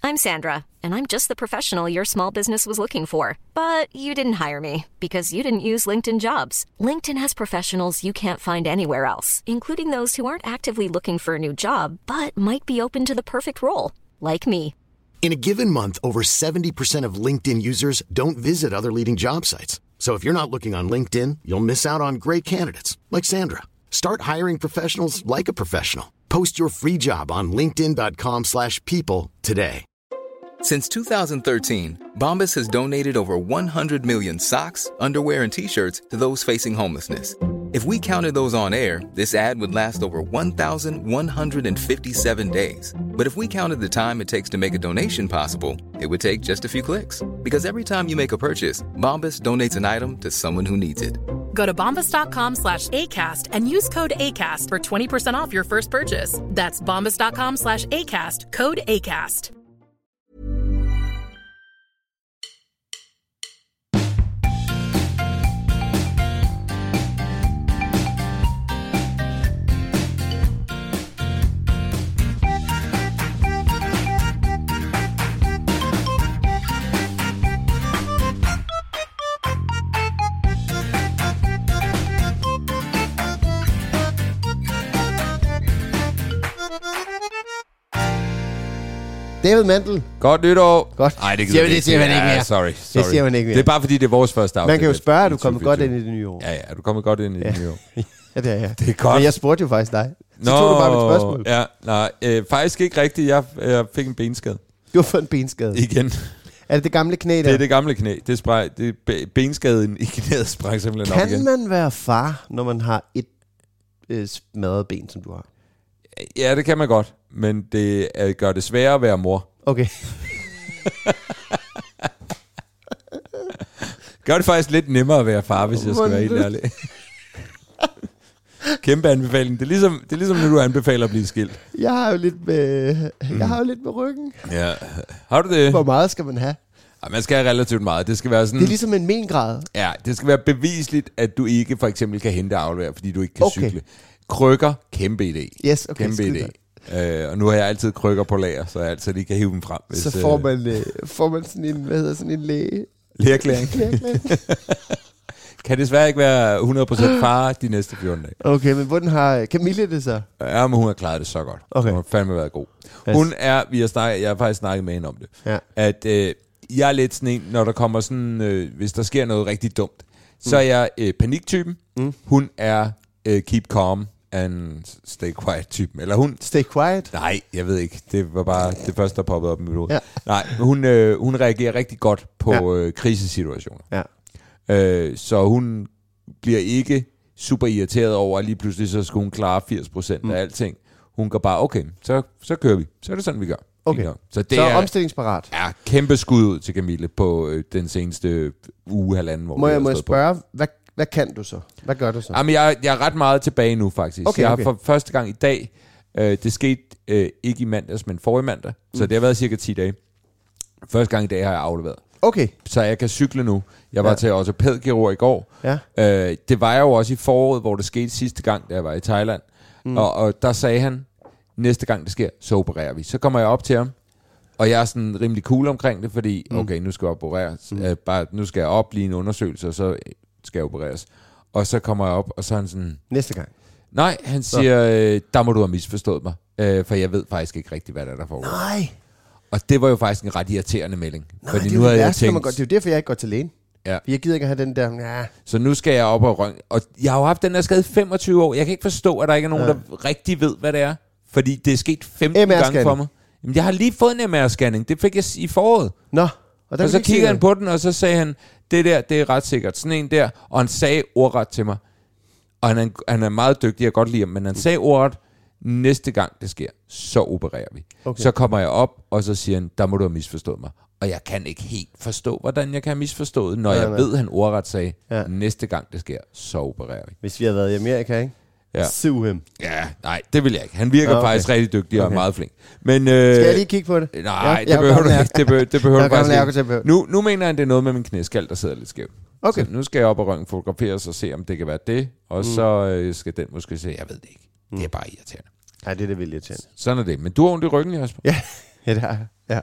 I'm Sandra, and I'm just the professional your small business was looking for. But you didn't hire me because you didn't use LinkedIn Jobs. LinkedIn has professionals you can't find anywhere else, including those who aren't actively looking for a new job, but might be open to the perfect role, like me. In a given month, over 70% of LinkedIn users don't visit other leading job sites. So if you're not looking on LinkedIn, you'll miss out on great candidates like Sandra. Start hiring professionals like a professional. Post your free job on linkedin.com/people today. Since 2013, Bombas has donated over 100 million socks, underwear, and T-shirts to those facing homelessness. If we counted those on air, this ad would last over 1,157 days. But if we counted the time it takes to make a donation possible, it would take just a few clicks. Because every time you make a purchase, Bombas donates an item to someone who needs it. Go to bombas.com/ACAST and use code ACAST for 20% off your first purchase. That's bombas.com/ACAST, code ACAST. David Mandel. Godt nytår. Godt. Nej, det siger man ikke mere. Sorry. Det siger man ikke mere. Det er bare fordi, det er vores første afsnit. Man kan jo spørge, er du kommet godt ind i det nye år? Ja, er du kommet godt ind i det nye år? Ja, det er jeg. Det er godt. Men jeg spurgte jo faktisk dig. Så tog du bare mit spørgsmål. Ja, nej, faktisk ikke rigtigt. Jeg fik en benskade. Du har fået en benskade. Igen. Er det det gamle knæ der? Det er det gamle knæ. Benskaden i knæet sprang simpelthen op igen. Kan man være far, når man har et smadret ben, som du har? Ja, det kan man godt. Men det gør det sværere at være mor. Okay. Gør det faktisk lidt nemmere at være far, hvis jeg skal være helt ærlig. Kæmpe anbefaling. Det er ligesom når du anbefaler at blive skilt. Jeg har jo lidt med ryggen. Ja. Har du det? Hvor meget skal man have? Ja, man skal have relativt meget. Det skal være sådan. Det er ligesom en mengrad. Ja, det skal være bevisligt, at du ikke for eksempel kan hente og aflevere, fordi du ikke kan cykle. Krykker, kæmpe idé. Yes, okay. Kæmpe idé. Og nu har jeg altid krykker på lager, så jeg altid lige kan hive dem frem. Hvis, så får man sådan en, sådan en lægeerklæring. Kan desværre ikke være 100% far de næste 14 dage. Okay, men hvordan har Camille det så? Ja, men hun har klaret det så godt. Okay. Hun har fandme været god. Hun er, jeg har faktisk snakket med hende om det, at jeg er lidt sådan en, når der kommer sådan, hvis der sker noget rigtig dumt, så er jeg paniktypen. Hun er keep calm and stay quiet typen. Eller hun... Stay quiet? Nej, jeg ved ikke. Det var bare det første, der poppede op i mit hoved. Ja. Nej, hun reagerer rigtig godt på krisesituationer. Ja. Så hun bliver ikke super irriteret over, at lige pludselig så skal hun klare 80% af alting. Hun går bare, okay, så kører vi. Så er det sådan, vi gør. Okay. Så det er omstillingsparat. Ja, kæmpe skud ud til Camille på den seneste uge, halvanden. Hvor må jeg spørge, hvad kan du så? Hvad gør du så? Jamen, jeg er ret meget tilbage nu, faktisk. Okay, jeg har for første gang i dag, det skete ikke i mandags, men forrige mandag, så det har været cirka 10 dage. Første gang i dag har jeg afleveret. Okay. Så jeg kan cykle nu. Jeg var til ortopædkirurg i går. Ja. Det var jeg jo også i foråret, hvor det skete sidste gang, da jeg var i Thailand. Og der sagde han, næste gang det sker, så opererer vi. Så kommer jeg op til ham, og jeg er sådan rimelig cool omkring det, fordi okay, nu skal jeg opereres. Nu skal jeg op, lige en undersøgelse, og så skal jeg opereres. Og så kommer jeg op, og så er han sådan... Næste gang? Nej, han siger, der må du have misforstået mig. For jeg ved faktisk ikke rigtig, hvad der foregår. Nej. Og det var jo faktisk en ret irriterende melding. Nej, fordi det nu havde jeg tænkt... Det er jo derfor, jeg ikke går til lægen. Ja. Jeg gider ikke have den der... Ja. Så nu skal jeg op og rønge. Og jeg har jo haft den der skade 25 år. Jeg kan ikke forstå, at der ikke er nogen, der rigtig ved, hvad det er. Fordi det er sket 15 gange for mig. Jamen, jeg har lige fået en MR-scanning. Det fik jeg i foråret. Nå. Og så kiggede han på den, og så sagde han, det der, det er ret sikkert. Sådan en der. Og han sagde ordret til mig. Og han er meget dygtig, jeg godt lide ham. Men han sagde ordret, næste gang det sker, så opererer vi. Okay. Så kommer jeg op, og så siger han, der må du have misforstået mig. Og jeg kan ikke helt forstå, hvordan jeg kan have misforstået, når jeg ved, han ordret sagde, næste gang det sker, så opererer vi. Hvis vi havde været i Amerika, ikke? Ja. Sue ham. Ja, nej, det vil jeg ikke. Han virker faktisk rigtig dygtig og meget flink. Men, skal jeg lige kigge på det? Nej, det behøver du ikke. Det behøver du faktisk ikke. Nu mener han, det er noget med min knæskal, der sidder lidt skævt. Okay. Så nu skal jeg op og røntgen fotograferes og se, om det kan være det. Og så skal den måske se, jeg ved det ikke. Det er bare irriterende. Nej, det er det vildt irriterende. Sådan er det. Men du har ondt i ryggen, Jasper? Ja, det har jeg. Ja.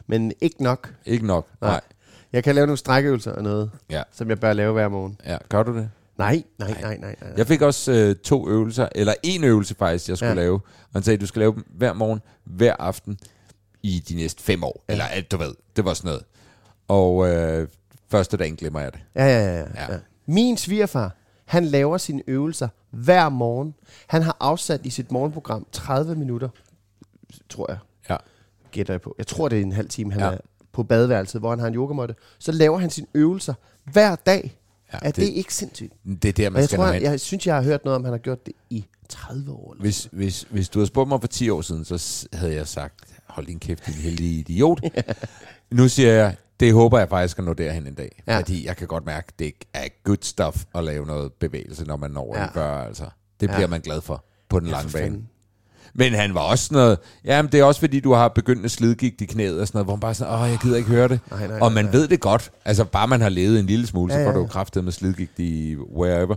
Men ikke nok. Ikke nok, nej. Jeg kan lave nogle strækøvelser og noget, som jeg bør lave hver morgen. Ja, gør du det? Nej. Jeg fik også 2 øvelser, eller 1 øvelse faktisk, jeg skulle lave. Og han sagde, du skal lave dem hver morgen, hver aften, i de næste 5 år. Eller alt, du ved. Det var sådan noget. Og første dagen glemmer jeg det. Ja. Min svigerfar, han laver sine øvelser hver morgen. Han har afsat i sit morgenprogram 30 minutter, tror jeg. Ja. Gætter jeg på. Jeg tror, det er en halv time, han er på badeværelset, hvor han har en yogamåtte. Så laver han sine øvelser hver dag. Ja, er det ikke sindssygt? Det er der, man skal jeg synes, jeg har hørt noget om, han har gjort det i 30 år. Hvis du havde spurgt mig for 10 år siden, så havde jeg sagt, hold din kæft, din heldige idiot. Nu siger jeg, det håber jeg faktisk at nå derhen en dag. Ja. Fordi jeg kan godt mærke, det er good stuff at lave noget bevægelse, når man når i 40. Altså. Det bliver man glad for på den lange bane. Men han var også noget, jamen det er også fordi, du har begyndende slidgigt i knæet og sådan noget, hvor man bare sådan, jeg gider ikke høre det. Nej, og man ved det godt. Altså bare man har levet en lille smule, så får du jo kraftet med slidgigt i wherever.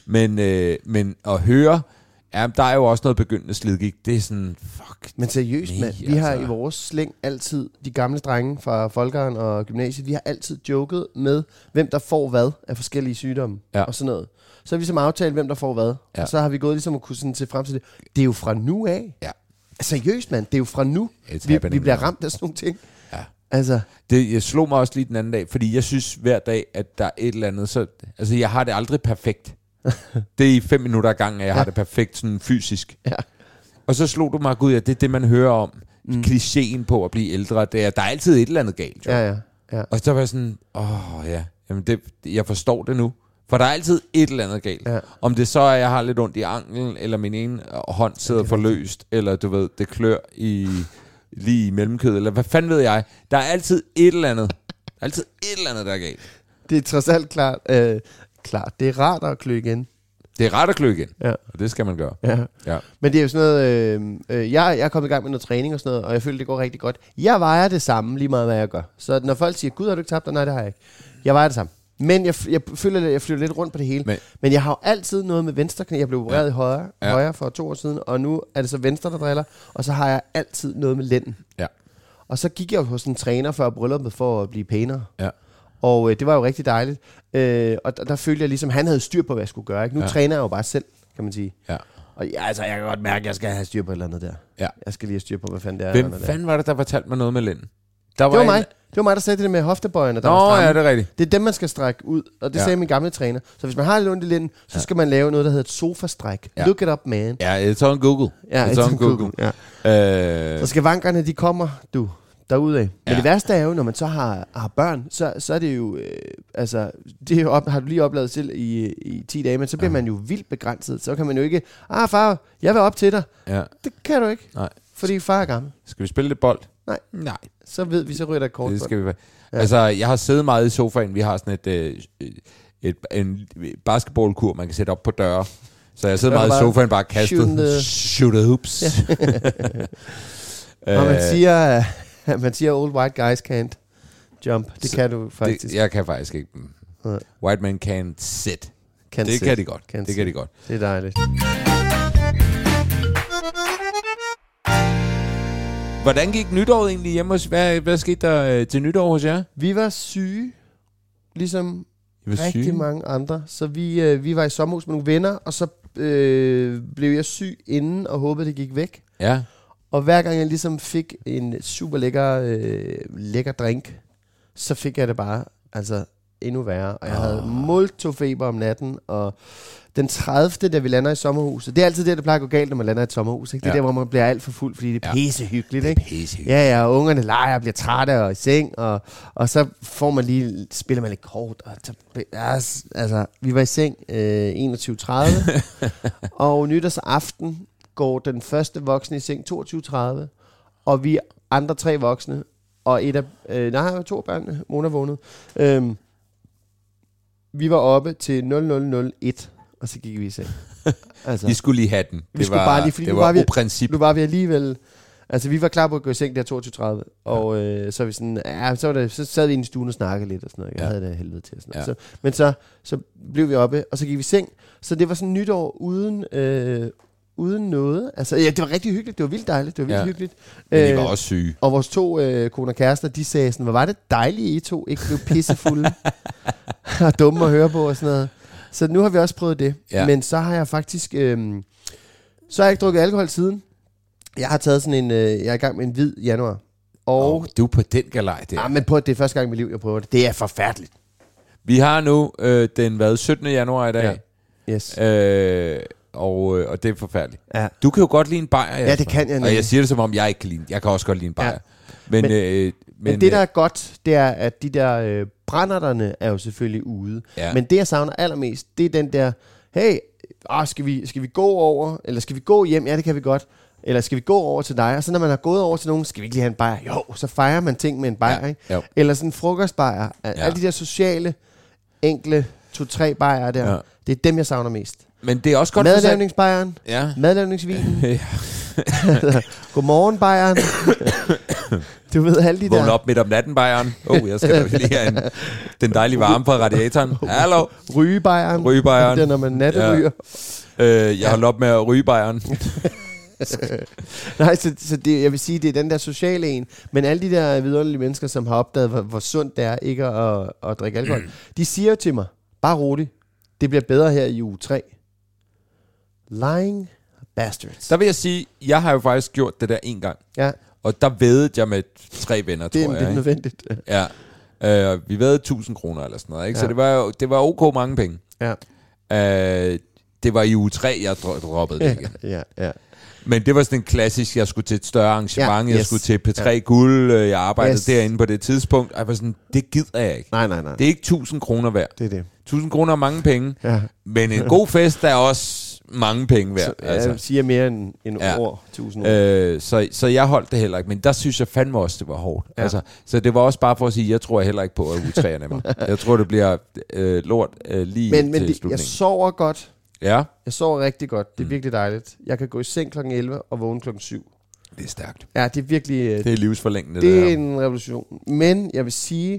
Men at høre, der er jo også noget begyndende slidgigt. Det er sådan, fuck. Men seriøst, mand. Vi har i vores slæng altid, de gamle drenge fra Folkeren og gymnasiet, vi har altid joket med, hvem der får hvad af forskellige sygdomme og sådan noget. Så har vi som aftalt, hvem der får hvad. Ja. Og så har vi gået ligesom at kunne sådan se frem til det. Det er jo fra nu af. Ja. Seriøst, mand. Det er jo fra nu. Vi bliver ramt af sådan nogle ting. Ja. Altså. Jeg slog mig også lige den anden dag, fordi jeg synes hver dag, at der er et eller andet. Så, altså, jeg har det aldrig perfekt. Det er i 5 minutter ad gangen, at jeg har det perfekt sådan fysisk. Ja. Og så slog du mig, gud, det er det, man hører om. Klichéen på at blive ældre. Det er, der er altid et eller andet galt. Jo. Ja. Og så var jeg sådan, jamen jeg forstår det nu. For der er altid et eller andet galt. Ja. Om det så er, at jeg har lidt ondt i anklen, eller min ene hånd sidder forløst, eller du ved, det klør lige i mellemkødet, eller hvad fanden ved jeg. Der er altid et eller andet. Der er altid et eller andet, der er galt. Det er trods alt klart. Det er rart at klø igen. Det er rart at klø igen, og det skal man gøre. Ja. Men det er jo sådan noget, jeg er kommet i gang med noget træning og sådan noget, og jeg føler, det går rigtig godt. Jeg vejer det samme lige meget, hvad jeg gør. Så når folk siger, gud, har du ikke tabt dig? Nej, det har jeg ikke. Jeg vejer det samme. Men jeg føler, at jeg flytter lidt rundt på det hele. Men jeg har jo altid noget med venstre knæ. Jeg blev opereret i højre for 2 år siden, og nu er det så venstre, der driller. Og så har jeg altid noget med lænden. Ja. Og så gik jeg jo hos en træner før brylluppet for at blive pænere. Ja. Og det var jo rigtig dejligt. Og der følte jeg ligesom, han havde styr på, hvad jeg skulle gøre. Ikke? Nu træner jeg jo bare selv, kan man sige. Ja. Og jeg kan godt mærke, at jeg skal have styr på et eller andet der. Ja. Jeg skal lige have styr på, hvad fanden det er. Hvem fanden var det, der fortalte mig noget med lænden? Det var mig. Det var mig, der sagde det med hoftebøjerne, der var stramme. Ja, det er rigtigt. Det er dem, man skal strække ud, og det sagde min gamle træner. Så hvis man har lidt ondt i lænden, så skal man lave noget, der hedder et sofastræk. Look it up, man. Ja, it's on Google. Ja, it's on Google. Ja. Så skavankerne, de kommer, derudad. Men det værste er jo, når man så har børn, så er det jo, det har du lige oplevet selv i 10 dage, men så bliver man jo vildt begrænset. Så kan man jo ikke, far, jeg vil op til dig. Ja. Det kan du ikke, fordi far er gammel. Skal vi spille lidt bold? Nej. Så ved vi, så ryger der et kort. Det skal vi. Altså, jeg har siddet meget i sofaen. Vi har sådan en basketballkur, man kan sætte op på døre. Så jeg sidder meget i sofaen, bare kastet. Shoot hoops. Ja. Og man siger, old white guys can't jump. Det kan du faktisk. Jeg kan faktisk ikke. White man can't sit. Det kan de godt. Det kan de godt. Det er dejligt. Hvordan gik nytåret egentlig hjemme hos? Hvad skete der til nytår hos jer? Vi var syge, ligesom rigtig mange andre. Så vi var i sommerhus med nogle venner, og så blev jeg syg inden og håbede, det gik væk. Ja. Og hver gang jeg ligesom fik en super lækker drink, så fik jeg det bare endnu værre. Og jeg havde multofeber om natten, og den 30. da vi lander i sommerhuset, det er altid det plejer at gå galt, når man lander i et sommerhus. Ikke? Det er der, hvor man bliver alt for fuld, fordi det er pissehyggeligt. Ikke? Ja, og ungerne leger og bliver trætte og i seng, og så får man spiller man lidt kort. Og vi var i seng 21:30, og nytårsaften går den første voksne i seng 22:30, og vi andre 3 voksne, og 2 børn, Mona vågnede. Vi var oppe til 00:01, og så gik vi i seng. Vi skulle lige have den. Det var uprincip. Nu var vi alligevel. Vi var klar på at gå i seng der 22:30, og så vi sådan, så sad vi inde i stuen og snakkede lidt og sådan noget. Jeg havde det helvede til sådan noget. Men så blev vi oppe, og så gik vi i seng. Så det var sådan nytår uden noget. Altså, ja, det var rigtig hyggeligt. Det var vildt dejligt. Det var vildt hyggeligt. Men I var også syge. Og vores 2 kone og kærester, de sagde sådan, hvor var det dejligt, I 2 ikke blev pissefulde. Og dumme at høre på og sådan noget. Så nu har vi også prøvet det. Ja. Men så har jeg faktisk... så har jeg ikke drukket alkohol siden. Jeg har taget sådan en... jeg er i gang med en hvid januar. Og du er på den galej der. Ja, men det er første gang i mit liv, jeg prøver det. Det er forfærdeligt. Vi har nu den 17. januar i dag. Ja. Yes. Og det er forfærdeligt. Ja. Du kan jo godt lide en bajer. Ja, det kan jeg. Og jeg siger det, som om jeg ikke kan lide. Jeg kan også godt lide en bajer. Ja. Men det, der er godt, det er, at de der brænderterne er jo selvfølgelig ude. Ja. Men det, jeg savner allermest, det er den der, hey, skal vi gå over, eller skal vi gå hjem? Ja, det kan vi godt. Eller skal vi gå over til dig? Og så når man har gået over til nogen, skal vi ikke lige have en bajer? Jo, så fejrer man ting med en bajer, ikke? Jo. Eller sådan en frokostbajer. Alle de der sociale, enkle 2-3 bajer der. Ja. Det er dem, jeg savner mest. Men det er også godt madlavningsbajeren. Ja. Madlavningsvinen. Godmorgen, bajeren. Du ved alle de der. Vågn op midt om natten, bajeren. Jeg skal da lige have den dejlige varme fra radiatoren. Hallo. Rygebajeren. Det er, når man natteryger. Jeg holdt op med at ryge bajeren. Nej, så det, jeg vil sige, det er den der sociale en. Men alle de der vidunderlige mennesker, som har opdaget, hvor sundt det er ikke at drikke alkohol, de siger til mig, bare roligt, det bliver bedre her i uge 3. Lying bastards. Der vil jeg sige, jeg har jo faktisk gjort det der en gang. Ja. Og der vædede jeg med 3 venner, tror jeg. Det er nødvendigt. Ja. Vi vædede 1.000 kroner eller sådan noget, ikke? Ja. Så det var ok mange penge. Ja. Det var i uge 3, jeg droppede det igen. Ja. Men det var sådan en klassisk, jeg skulle til et større arrangement, jeg skulle til P3 Guld, jeg arbejdede derinde på det tidspunkt, og jeg var sådan, det gider jeg ikke. Nej. Det er ikke 1.000 kroner værd. Det er det. 1.000 kroner er mange penge, men en god fest er også mange penge værd. Jeg siger mere end ord, 1.000 ord. Så jeg holdt det heller ikke, men der synes jeg fandme også, det var hårdt. Ja. Altså, så det var også bare for at sige, jeg tror heller ikke på, at uge 3 er nemmere. Jeg tror, det bliver lort lige til slutningen. Jeg sover godt. Ja. Jeg sover rigtig godt. Det er virkelig dejligt. Jeg kan gå i seng kl. 11 og vågne kl. 7. Det er stærkt. Ja, det er virkelig... Det er livsforlængende. Det er en revolution. Men jeg vil sige,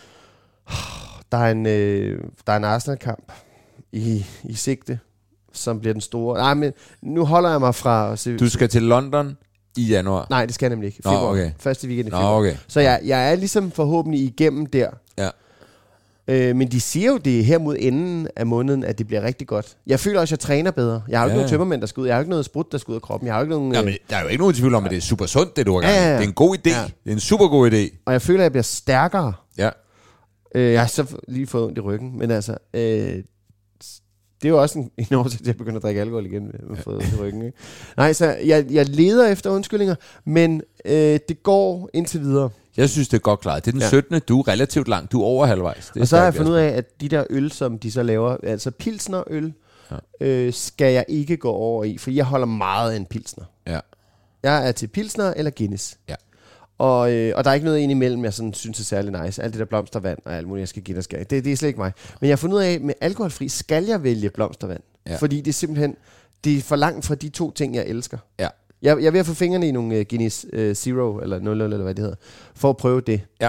der er en Arsenal-kamp i sigte, som bliver den store... Nej, men nu holder jeg mig fra... Du skal til London i januar? Nej, det skal jeg nemlig ikke. Februar. Okay. Første weekend i februar. Okay. Så jeg er ligesom forhåbentlig igennem der. Ja. Men de siger jo, det er her mod enden af måneden, at det bliver rigtig godt. Jeg føler også, at jeg træner bedre. Jeg har jo ikke nogen tømmermænd, der skal ud. Jeg har jo ikke noget sprut, der skal ud af kroppen. Jeg har jo ikke nogen... Jamen, der er jo ikke nogen tvivl om, at det er super sundt, det du har gang. Det er en god idé. Ja. Det er en super god idé. Og jeg føler, at jeg bliver stærkere. Ja. Jeg har så lige fået ondt i ryggen, men altså... det er jo også en årsag til, at jeg begynder at drikke alkohol igen med fået ondt i ryggen. Ikke? Nej, så jeg leder efter undskyldninger, men det går indtil videre. Jeg synes, det er godt klaret. Det er den 17. Du er relativt langt. Du er over halvvejs. Og så har jeg fundet ud af, at de der øl, som de så laver, altså pilsnerøl, skal jeg ikke gå over i, for jeg holder meget af en pilsner. Ja. Jeg er til pilsner eller Guinness. Ja. Og der er ikke noget indimellem, jeg sådan synes er særlig nice. Alt det der blomstervand og alt muligt, jeg skal give dig skære. Det er slet ikke mig. Men jeg har fundet ud af, at med alkoholfri skal jeg vælge blomstervand. Ja. Fordi det er simpelthen, det er for langt fra de 2 ting, jeg elsker. Ja. Jeg er ved at få fingrene i nogle Guinness Zero, eller 00, eller hvad det hedder, for at prøve det. Ja.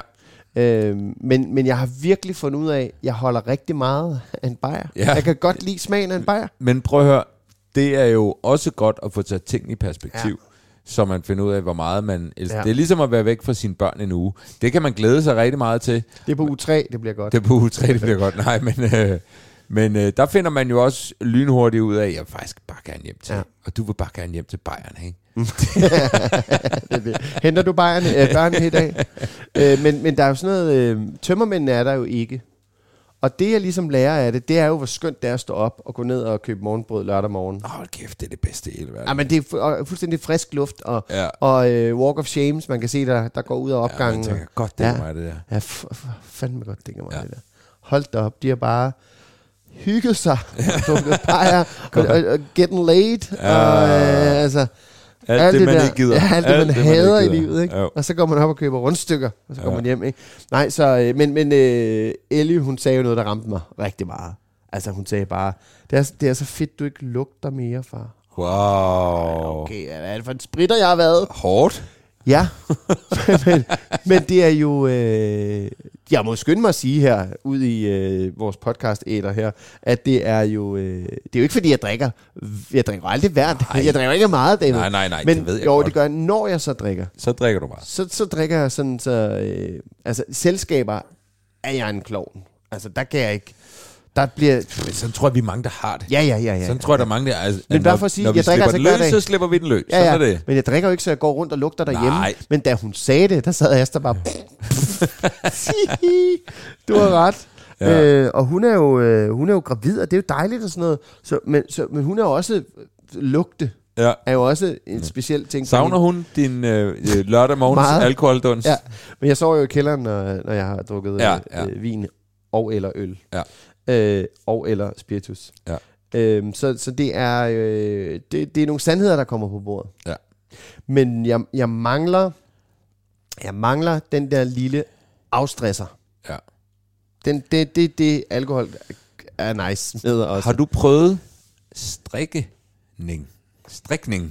Men jeg har virkelig fundet ud af, at jeg holder rigtig meget af en bajer. Ja. Jeg kan godt lide smagen af en bajer. Men prøv at høre, det er jo også godt at få taget ting i perspektiv, så man finder ud af, hvor meget man elsker. Ja. Det er ligesom at være væk fra sine børn en uge. Det kan man glæde sig rigtig meget til. Det er på uge 3, det bliver godt. Det er på uge 3, det bliver godt. Nej, men der finder man jo også lynhurtigt ud af, at jeg vil faktisk bare gerne hjem til. Ja. Og du vil bare gerne hjem til Bayern, ikke? Henter du børnene i dag? Men der er jo sådan noget... tømmermændene er der jo ikke. Og det, jeg ligesom lærer af det er jo, hvor skønt det er at stå op og gå ned og købe morgenbrød lørdag morgen. Hold kæft, det er det bedste i hele verden. Ja, men det er fuldstændig frisk luft, og walk of shames, man kan se, der går ud af opgangen. Ja, man tænker, godt, det er mig, det der. Ja, fandme godt, det er mig, det der. Hold da op, de har bare hygget sig, og getting laid, og altså... Alt det, man ikke gider. Ja, alt det, man hader i livet, ikke? Og så går man op og køber rundstykker, og så går man hjem, ikke? Nej, så... Men Ellie, hun sagde jo noget, der ramte mig rigtig meget. Altså, hun sagde bare, det er så fedt, du ikke lugter mere, far. Wow. Okay, hvad er det for en spritter, jeg har været? Hårdt. Ja. men det er jo... jeg må skynde mig at sige her, ud i vores podcast-æter her, at det er jo ikke fordi, jeg drikker aldrig hver dag. Jeg drikker ikke meget, David. Nej, men det ved jeg jo, godt. det gør, når jeg så drikker. Så drikker du meget. Så drikker jeg sådan, altså selskaber er jeg en klovn. Altså, der kan jeg ikke. Der bliver... Men sådan tror jeg, vi er mange, der har det. Ja. Sådan tror jeg, der er mange, der... Altså, men bare for at sige, når vi jeg drikker altså slipper hver dag. Så slipper vi den løs. Ja. Sådan er det. Men jeg drikker jo ikke, så jeg går rundt og lugter derhjemme. Nej. Men da hun sagde det, der sad Asta bare... Du har ret. Ja. Og hun er jo gravid, og det er jo dejligt og sådan noget. Men hun er jo også lugte. Ja. Er jo også en speciel ting. Savner hun din lørdag morgens alkoholduns? Ja, men jeg sover jo i kælderen, når jeg har drukket vin og eller øl. Ja. Og eller spiritus. Ja. Så det er det er nogle sandheder, der kommer på bordet. Ja. Men jeg mangler den der lille afstresser. Ja. Det alkohol er nice med også. Har du prøvet strikning? Strikning?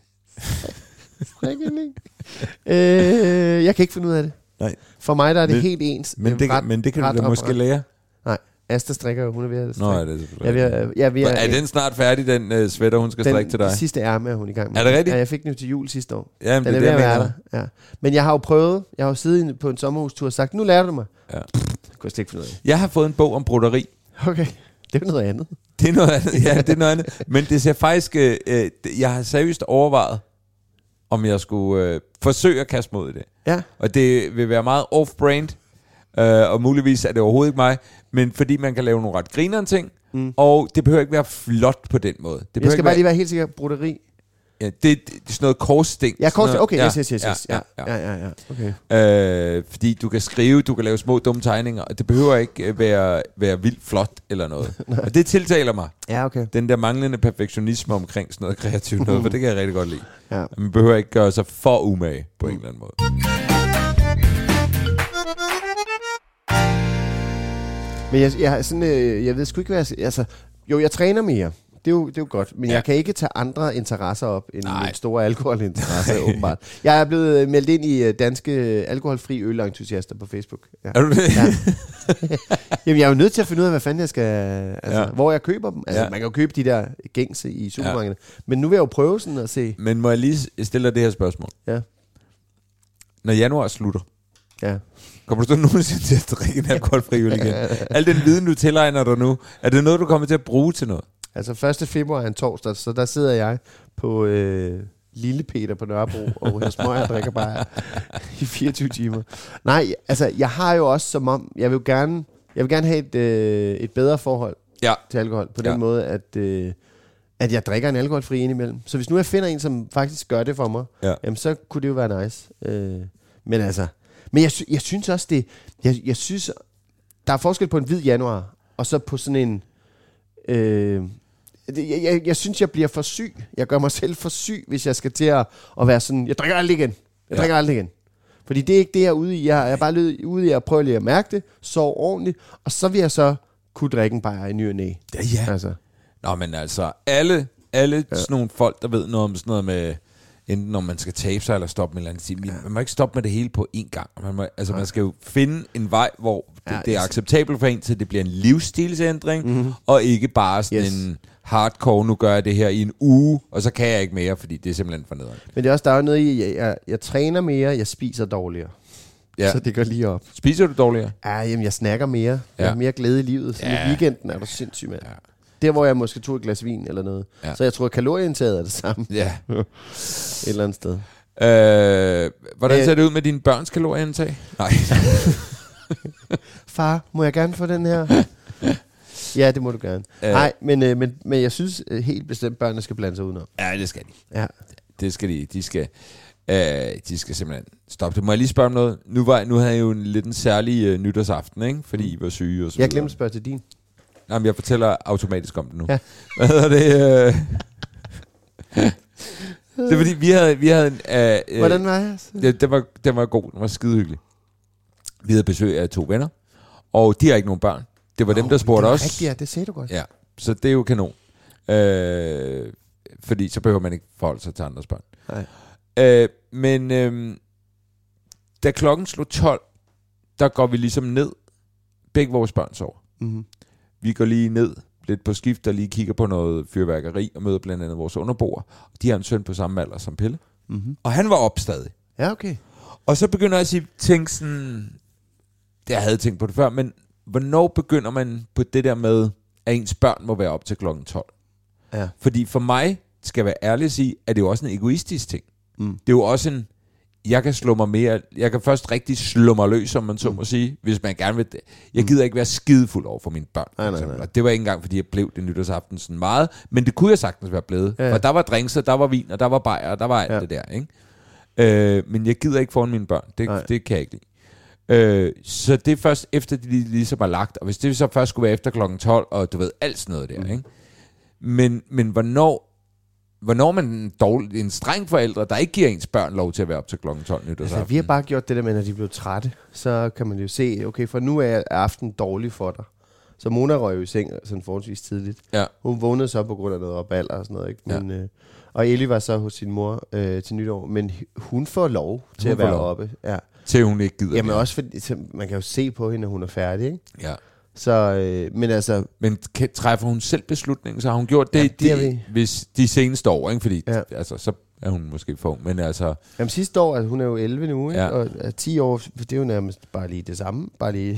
Jeg kan ikke finde ud af det. Nej. For mig der er det helt ens. Men det kan du da måske lære. Nej, Asta strikker jo, hun er ved at strikke. Nå, er det selvfølgelig. Er den snart færdig, den sweater, hun skal strikke til dig? Den sidste ærme er hun i gang med. Er det rigtigt? Ja, jeg fik den jo til jul sidste år. Ja, men den det er ved at være der. Ja. Men jeg har jo prøvet, jeg har jo siddet på en sommerhustur og sagt, nu lærer du mig. Ja. Det kunne jeg slet ikke finde ud af. Jeg har fået en bog om broderi. Okay, det er noget andet. Det er noget andet, ja, det er noget andet. Men det ser faktisk, jeg har seriøst overvejet, om jeg skulle forsøge at kaste mod i det. Ja. Og det vil være meget off-brand, og muligvis er det overhovedet ikke mig, men fordi man kan lave nogle ret grinerende ting, og det behøver ikke være flot på den måde. Jeg skal bare lige være helt sikker, broderi. Ja, det er sådan noget korssting. Ja, korssting, okay, yes. Ja. Okay. Fordi du kan skrive, du kan lave små dumme tegninger, og det behøver ikke være vildt flot eller noget. Og det tiltaler mig. Ja, okay. Den der manglende perfektionisme omkring sådan noget kreativt noget, for det kan jeg rigtig godt lide. Ja. Man behøver ikke gøre sig for umage på en eller anden måde. Men jeg ved sgu ikke, hvad jeg... Altså, jo, jeg træner mere. Det er jo godt, men jeg kan ikke tage andre interesser op end min store alkoholinteresser, åbenbart. Jeg er blevet meldt ind i danske alkoholfri ølentusiaster på Facebook. Ja. Er du det? Ja. Jamen, jeg er jo nødt til at finde ud af, hvad fanden jeg skal... hvor jeg køber dem. Altså, man kan jo købe de der gængse i supermarkedet. Men nu vil jeg jo prøve sådan at se... Men må jeg lige stille dig det her spørgsmål? Ja. Når januar slutter, ja. Kommer du så nogensinde til at drikke en alkoholfri øl igen? Al den viden, du tilegner dig nu, er det noget, du kommer til at bruge til noget? Altså 1. februar er en torsdag, så der sidder jeg på Lille Peter på Nørrebro, og jeg smøger og drikker bare i 24 timer. Nej, altså jeg har jo også som om, jeg vil gerne have et bedre forhold til alkohol, på den måde, at jeg drikker en alkoholfri indimellem. Så hvis nu jeg finder en, som faktisk gør det for mig, jamen, så kunne det jo være nice. Men jeg synes også, jeg synes, der er forskel på en hvid januar, og så på sådan en... Jeg synes, jeg bliver for syg. Jeg gør mig selv for syg, hvis jeg skal til at være sådan, jeg drikker aldrig igen. Fordi det er ikke det, jeg er ude i. Jeg er bare ude i at prøve lige at mærke det, sove ordentligt, og så vil jeg så kunne drikke en bajer i ny og næ. Ja. Altså. Nå, men altså, alle sådan nogle folk, der ved noget om sådan noget med, enten når man skal tabe sig eller stoppe med en eller anden. Man må ikke stoppe med det hele på én gang. Man skal jo finde en vej, hvor det er acceptabelt for en, til det bliver en livsstilsændring, og ikke bare sådan en hardcore, nu gør jeg det her i en uge, og så kan jeg ikke mere, fordi det er simpelthen for nederen. Men det er også, der er noget i, jeg træner mere, jeg spiser dårligere. Ja. Så det går lige op. Spiser du dårligere? Ja, jamen jeg snakker mere. Jeg har mere glæde i livet. Så i weekenden er du sindssyg med. Ja. Der, hvor jeg måske tog et glas vin eller noget. Ja. Så jeg tror, at kalorieindtaget er det samme. Ja. Et eller andet sted. Hvordan ser det ud med dine børns kalorieindtag? Nej. Far, må jeg gerne få den her? Ja, det må du gerne. Nej, men jeg synes helt bestemt, børnene skal blande sig udenom. Ja, det skal de. Ja. Det skal de. De skal simpelthen stoppe det. Må jeg lige spørge om noget? Nu havde jeg jo lidt en særlig nytårsaften, ikke? Fordi I var syge og så videre. Jeg glemte at spørge til din. Nej, men jeg fortæller automatisk om det nu. Ja. Hvad hedder det? Det er fordi, vi havde en... Hvordan var jeg? Den var god. Den var skidehyggelig. Vi havde besøg af 2 venner, og de har ikke nogen børn. Det var dem, der spurgte os. Rigtigt, ja, det sagde du godt. Ja, så det er jo kanon. Fordi så behøver man ikke forholde sig til andres børn. Nej. Men da klokken slog 12, der går vi ligesom ned. Begge vores børn sover. Mm-hmm. Vi går lige ned lidt på skift, og lige kigger på noget fyrværkeri, og møder blandt andet vores underboer. De har en søn på samme alder som Pelle. Mm-hmm. Og han var op stadig. Ja, okay. Og så begynder jeg at tænke sådan, jeg havde tænkt på det før, men hvornår begynder man på det der med, at ens børn må være op til klokken 12? Ja. Fordi for mig, skal jeg være ærlig at sige, at det er jo også en egoistisk ting. Det er jo også en, jeg kan først rigtig slå mig løs, som man så må sige, hvis man gerne vil det. Jeg gider ikke være skidefuld over for mine børn. Nej. Og det var ikke engang, fordi jeg blev det nytårsaften sådan meget, men det kunne jeg sagtens være blevet. Ja. Og der var drinks, og der var vin, og der var bajer, og der var alt det der, ikke? Men jeg gider ikke foran mine børn. Det kan jeg ikke lide. Så det er først efter, de ligesom er lagt, og hvis det så først skulle være efter klokken 12, og du ved, alt sådan noget der, ikke? Men hvornår man en streng forældre, der ikke giver ens børn lov til at være op til klokken 12 nytårsaften? Altså, vi har bare gjort det der med, når de blev trætte, så kan man jo se, okay, for nu er aftenen dårlig for dig. Så Mona røg jo i seng sådan forholdsvis tidligt. Ja. Hun vågnede så på grund af noget rabalder og sådan noget, ikke? Men, og Ellie var så hos sin mor til nytår, men hun får lov til at være oppe. Ja. Til hun ikke gider. Jamen også fordi, man kan jo se på hende, at hun er færdig, ikke? Ja. Så, men altså... Men træffer hun selv beslutningen, så har hun gjort det, hvis de seneste år, ikke? Fordi altså, så er hun måske for ung, men altså... Jamen sidste år, altså, hun er jo 11 nu, ikke? Ja. Og 10 år, det er jo nærmest bare lige det samme,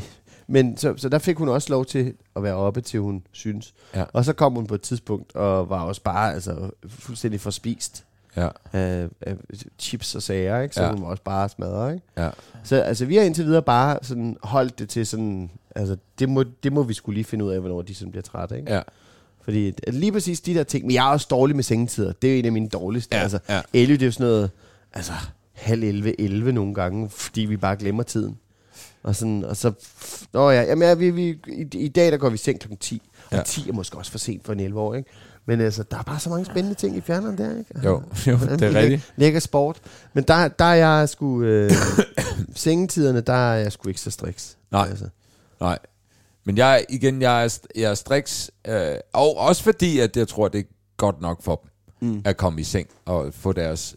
Men så der fik hun også lov til at være oppe, til hun synes. Ja. Og så kom hun på et tidspunkt, og var også bare altså, fuldstændig forspist af chips og sager, ikke? Så hun var også bare smadret, ikke? Ja. Så altså, vi har indtil videre bare sådan holdt det til sådan... Altså, det må vi skulle lige finde ud af, hvornår de sådan bliver trætte, ikke? Ja. Fordi lige præcis de der ting... Men jeg er også dårlig med sengetider. Det er jo en af mine dårligste. Ja. Altså, Ellie, det er jo sådan noget... Altså, 10:30 nogle gange, fordi vi bare glemmer tiden. Og så... Jamen, i dag, der går vi i seng klokken 10. Og 10 er måske også for sent for en 11 år, ikke? Men altså, der er bare så mange spændende ting i fjerneren der, ikke? Jo, det er rigtigt. Lækker sport. Men der er jeg sgu... sengetiderne, der er jeg sgu ikke så striks. Nej. Altså. Nej. Men jeg er striks, og også fordi, at jeg tror, det er godt nok for dem, at komme i seng og få deres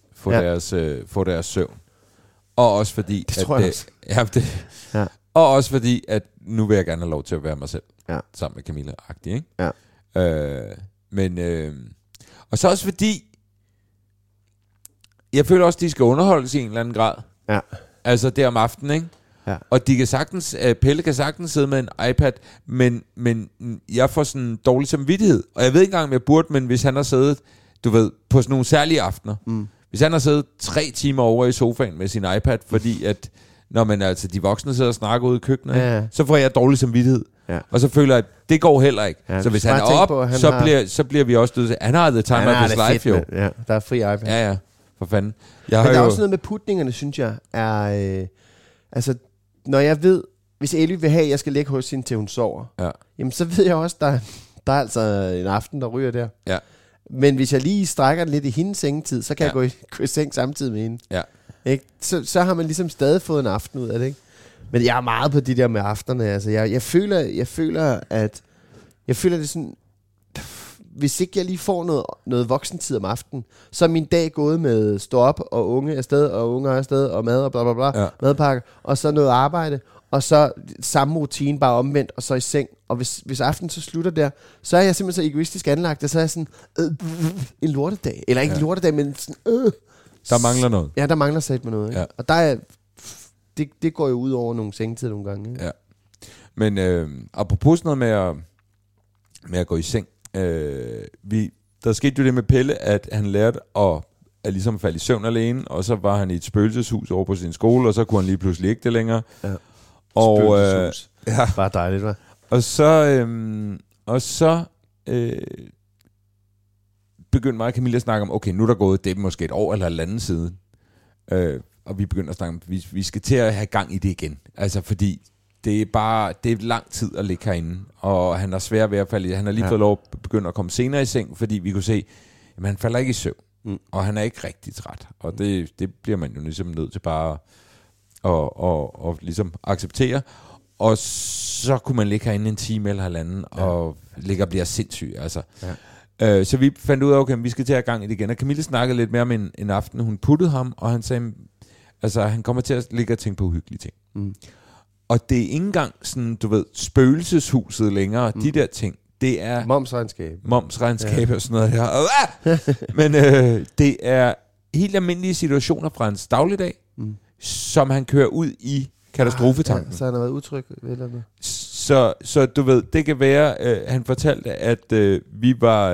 søvn. Og også fordi, det tror jeg også. Og også fordi, at nu vil jeg gerne have lov til at være mig selv, sammen med Camilla-agtig, ikke? Ja. Og så også fordi, jeg føler også, de skal underholdes i en eller anden grad. Ja. Altså det om aftenen, ikke? Ja. Og de kan sagtens, Pelle kan sagtens sidde med en iPad, men jeg får sådan en dårlig samvittighed. Og jeg ved ikke engang, om jeg burde, men hvis han har siddet, du ved, på sådan nogle særlige aftener. Hvis han har siddet 3 timer over i sofaen med sin iPad, fordi at, når man altså de voksne sidder og snakker ude i køkkenet, så får jeg dårlig samvittighed. Ja. Og så føler jeg, at det går heller ikke. Så hvis han er op, så bliver vi også døde. Han har the time of his life, jo. Ja, der er fri iPad. Ja, for fanden. Men der er også noget med putningerne, synes jeg, er... altså, når jeg ved, hvis Ellie vil have, at jeg skal ligge hos hende, til hun sover, jamen så ved jeg også, der er altså en aften, der ryger der. Ja. Men hvis jeg lige strækker den lidt i hendes sengetid, så kan jeg gå i seng samtidig med hende. Ja. Ikke? Så har man ligesom stadig fået en aften ud af det, ikke? Men jeg er meget på de der med aftenerne. Altså, jeg føler, at det er sådan... Hvis ikke jeg lige får noget voksentid om aftenen, så er min dag gået med stå op, og unge afsted, og unger afsted, og mad, og bla bla bla, madpakke, og så noget arbejde, og så samme rutine, bare omvendt, og så i seng. Og hvis aftenen så slutter der, så er jeg simpelthen så egoistisk anlagt, og så er jeg sådan, en lortedag. Eller ikke en lortedag, men sådan, Der mangler noget. Ja, der mangler sat med noget. Ikke? Ja. Og der er, det går jo ud over nogle sengetider nogle gange. Ikke? Ja. Men apropos noget med at gå i seng, der skete jo det med Pelle, at han lærte at ligesom falde i søvn alene, og så var han i et spøgelseshus over på sin skole, og så kunne han lige pludselig ikke det længere. Ja. Og spøgelseshus. Bare dejligt, hva'? Og så begyndte mig og Camilla at snakke om, okay, nu er der gået, det er måske et år eller et andet siden. Og vi begyndte at snakke om, vi skal til at have gang i det igen. Altså fordi det er lang tid at ligge herinde, og han er svær ved at falde. Han har lige fået lov at begynde at komme senere i seng, fordi vi kunne se, at han falder ikke i søvn, og han er ikke rigtig træt. Og det bliver man jo ligesom nødt til bare at ligesom acceptere. Og så kunne man ligge herinde en time eller halvanden, og ligge og blive sindssyg. Altså. Ja. Så vi fandt ud af, okay, vi skal til at have gang i det igen. Og Camille snakkede lidt mere om en aften, hun puttede ham, og han sagde, altså han kommer til at ligge og tænke på uhyggelige ting. Og det er ikke engang sådan, du ved, spøgelseshuset længere, de der ting. Det er momsregnskab og sådan noget her. Men det er helt almindelige situationer fra hans dagligdag, som han kører ud i katastrofetanken. Så han har været utryg ved eller noget. Så du ved, det kan være, han fortalte, at vi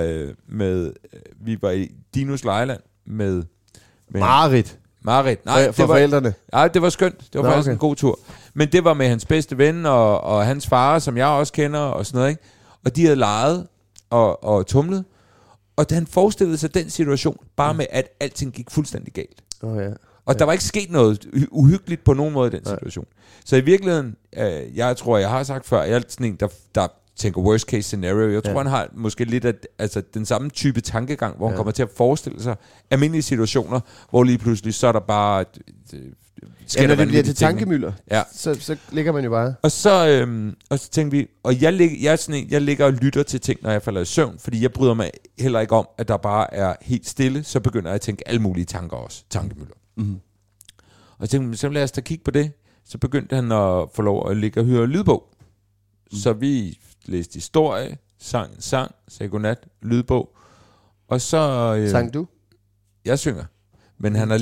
var i Dinos Lejeland med Marit. Nej, for forældrene. Nej, det var skønt. Det var faktisk en god tur. Men det var med hans bedste ven og hans far, som jeg også kender og sådan noget, ikke? Og de havde leget og tumlet. Og han forestillede sig den situation, bare med, at alting gik fuldstændig galt. Og der var ikke sket noget uhyggeligt på nogen måde i den situation. Så i virkeligheden, jeg tror, jeg har sagt før, jeg er sådan en, der tænker worst case scenario. Jeg tror, han har måske lidt den samme type tankegang, hvor han kommer til at forestille sig almindelige situationer, hvor lige pludselig, så er der bare... når det bliver til tankemylder, så ligger man jo bare. Og så tænkte vi, og jeg ligger og lytter til ting, når jeg falder i søvn, fordi jeg bryder mig heller ikke om, at der bare er helt stille, så begynder jeg at tænke alle mulige tanker også, tankemylder. Og jeg tænkte, så lad os da kigge på det. Så begyndte han at få lov at ligge og høre lydbog. Så vi læste historie, sang, sagde godnat, lydbog. Og så... sang du? Jeg synger. Men han har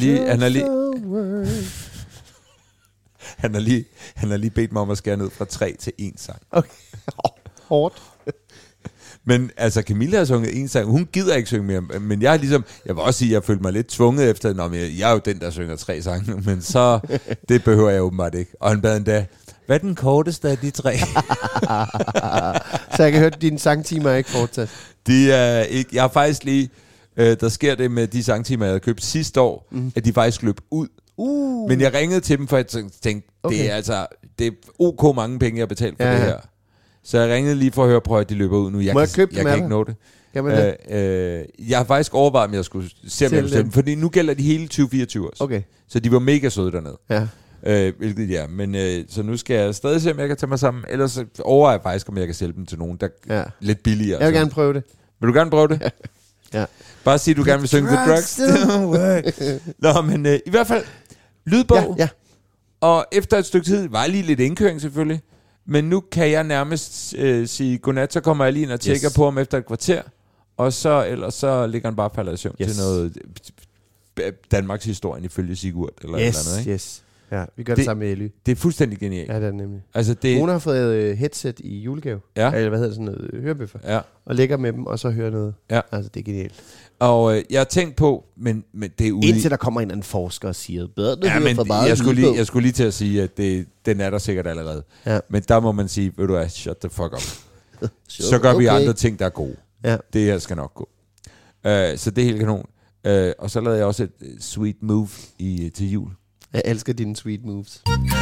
lige bedt mig om at skære ned fra 3 til 1 sang. Okay. Hårdt. Men altså, Camilla har sunget 1 sang. Hun gider ikke synge mere. Men jeg vil også sige, at jeg følte mig lidt tvunget efter, jeg er jo den, der synger 3 sange. Men så, det behøver jeg åbenbart ikke. Og han bad endda, hvad er den korteste af de 3? Så jeg kan høre, at dine sangtimer er ikke fortsat. De er ikke, jeg har faktisk lige, der sker det med de sangtimer, jeg havde købt sidste år, at de faktisk løb ud. Men jeg ringede til dem, for jeg tænkte, det er ok mange penge, jeg har betalt for det her. Så jeg ringede lige for at høre, at de løber ud nu. Jeg kan ikke nå det. Jeg har faktisk overvejet, om jeg skulle se dem, fordi nu gælder de hele 2024 også. Okay. Så de var mega søde dernede. Ja. Hvilket de er. Men så nu skal jeg stadig se, om jeg kan tage mig sammen. Ellers overvejer jeg faktisk, om jeg kan sælge dem til nogen, der er lidt billigere. Jeg vil gerne prøve det. Vil du gerne prøve det? Ja. Bare sig, du gerne vil synge The Drugs Don't Work. Nå, men i hvert fald lydbog. Ja. Og efter et stykke tid, var lige lidt indkøring selvfølgelig, men nu kan jeg nærmest sige godnat, så kommer jeg lige ind og tjekker på ham efter et kvarter, og ellers så ligger han bare faldet i søvn til noget Danmarks historien ifølge Sigurd, eller et eller andet, ikke? Yes. Ja, vi gør det sammen med Elly. Det er fuldstændig genialt. Ja, det er nemlig. Altså hun har fået headset i julegave. Ja. Eller hvad hedder det, sådan noget hørebøffer. Ja. Og ligger med dem, og så hører noget. Ja. Altså, det er genialt. Og jeg har tænkt på, men det er ude... Indtil der kommer en anden forsker og siger, bedre det men jeg skulle lige til at sige, at den er der sikkert allerede. Ja. Men der må man sige, ved du hvad, shut the fuck up. Så gør vi andre ting, der er gode. Ja. Det her skal nok gå. Så det er helt kanon. Og så lavede jeg også et sweet move til jul. Jeg elsker dine sweet moves.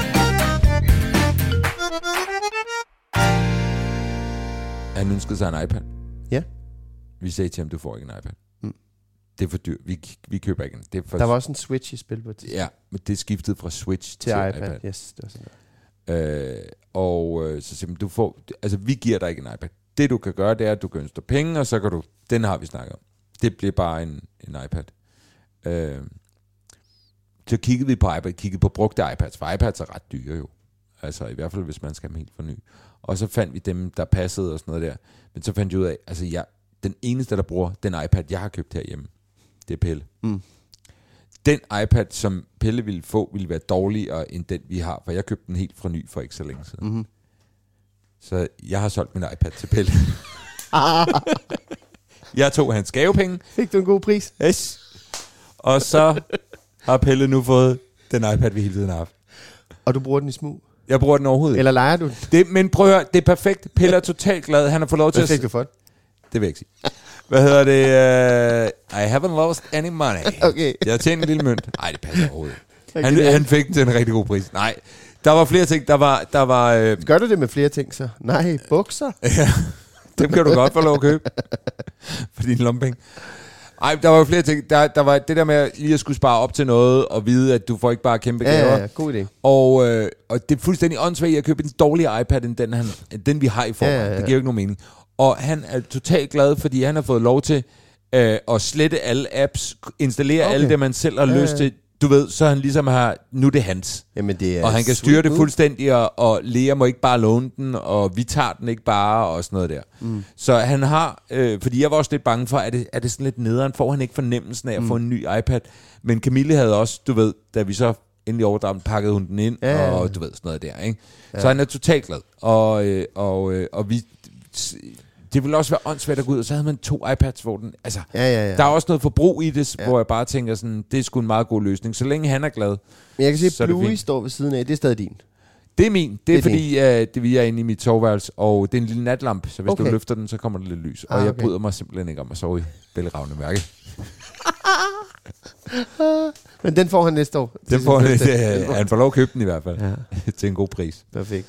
Han ønskede sig en iPad. Ja. Vi sagde til ham, du får ikke en iPad. Det er for dyrt. Vi køber ikke en. Det er for der var også en Switch i spil på det. Ja, men det skiftede fra Switch til iPad. Yes, det var sådan så simpelthen, du får... Altså, vi giver dig ikke en iPad. Det du kan gøre, det er, at du kan ønske penge, og så kan du... Den har vi snakket om. Det bliver bare en iPad. Så kiggede vi på brugte iPads, for iPads er ret dyre jo. Altså i hvert fald, hvis man skal have dem helt for ny. Og så fandt vi dem, der passede og sådan noget der. Men så fandt jeg ud af, altså den eneste, der bruger den iPad, jeg har købt herhjemme, det er Pelle. Den iPad, som Pelle ville få, ville være dårligere end den, vi har. For jeg købte den helt fra ny for ikke så længe siden. Så jeg har solgt min iPad til Pelle. Jeg tog hans gavepenge. Fik du en god pris? Yes. Og så har Pelle nu fået den iPad, vi hele tiden har haft. Og du bruger den i smug? Jeg bruger den overhovedet ikke. Eller leger du den? Men prøv at høre, det er perfekt. Pelle er totalt glad. Han har fået lov til at... Hvad fik du for det? Det vil jeg ikke sige. Hvad hedder det? I haven't lost any money. Okay. Jeg har tjent en lille mønt. Nej, det passer overhovedet ikke. Han fik den rigtig god pris. Nej, der var flere ting. Der var Gør du det med flere ting så? Nej, bukser? Ja, dem kan du godt få lov at købe. For din lommepenge. Ej, der var jo flere ting. Der var det der med lige at skulle spare op til noget, og vide, at du får ikke bare kæmpe gaver. Ja, god idé. Og det er fuldstændig åndssvagt at købe en dårligere iPad, end den vi har i forvejen. Ja. Det giver jo ikke nogen mening. Og han er totalt glad, fordi han har fået lov til at slette alle apps, installere alle det, man selv har lyst til, du ved, så han ligesom har, nu det er hans. Jamen, det er og han kan styre det fuldstændig, og Lea må ikke bare låne den, og vi tager den ikke bare, og sådan noget der. Så han har, fordi jeg var også lidt bange for, er det sådan lidt nederen, får han ikke fornemmelsen af at få en ny iPad. Men Camille havde også, du ved, da vi så endelig overdraget, pakkede hun den ind, og du ved, sådan noget der, ikke? Ja. Så han er totalt glad. Og vi... Det ville også være åndssvært at gå ud, og så havde man 2 iPads, hvor den... Altså, der er også noget forbrug i det, hvor jeg bare tænker sådan, det er sgu en meget god løsning. Så længe han er glad. Men jeg kan se, at Bluey står ved siden af. Det er stadig din. Det er min. Det er fordi, vi er inde i mit soveværelse, og det er en lille natlampe, så hvis du løfter den, så kommer der lidt lys. Og jeg bryder mig simpelthen ikke om at sove i bælragende mærke. Men den får han næste år. Den får han, han får lov at købe den i hvert fald. Ja. Til en god pris. Perfekt.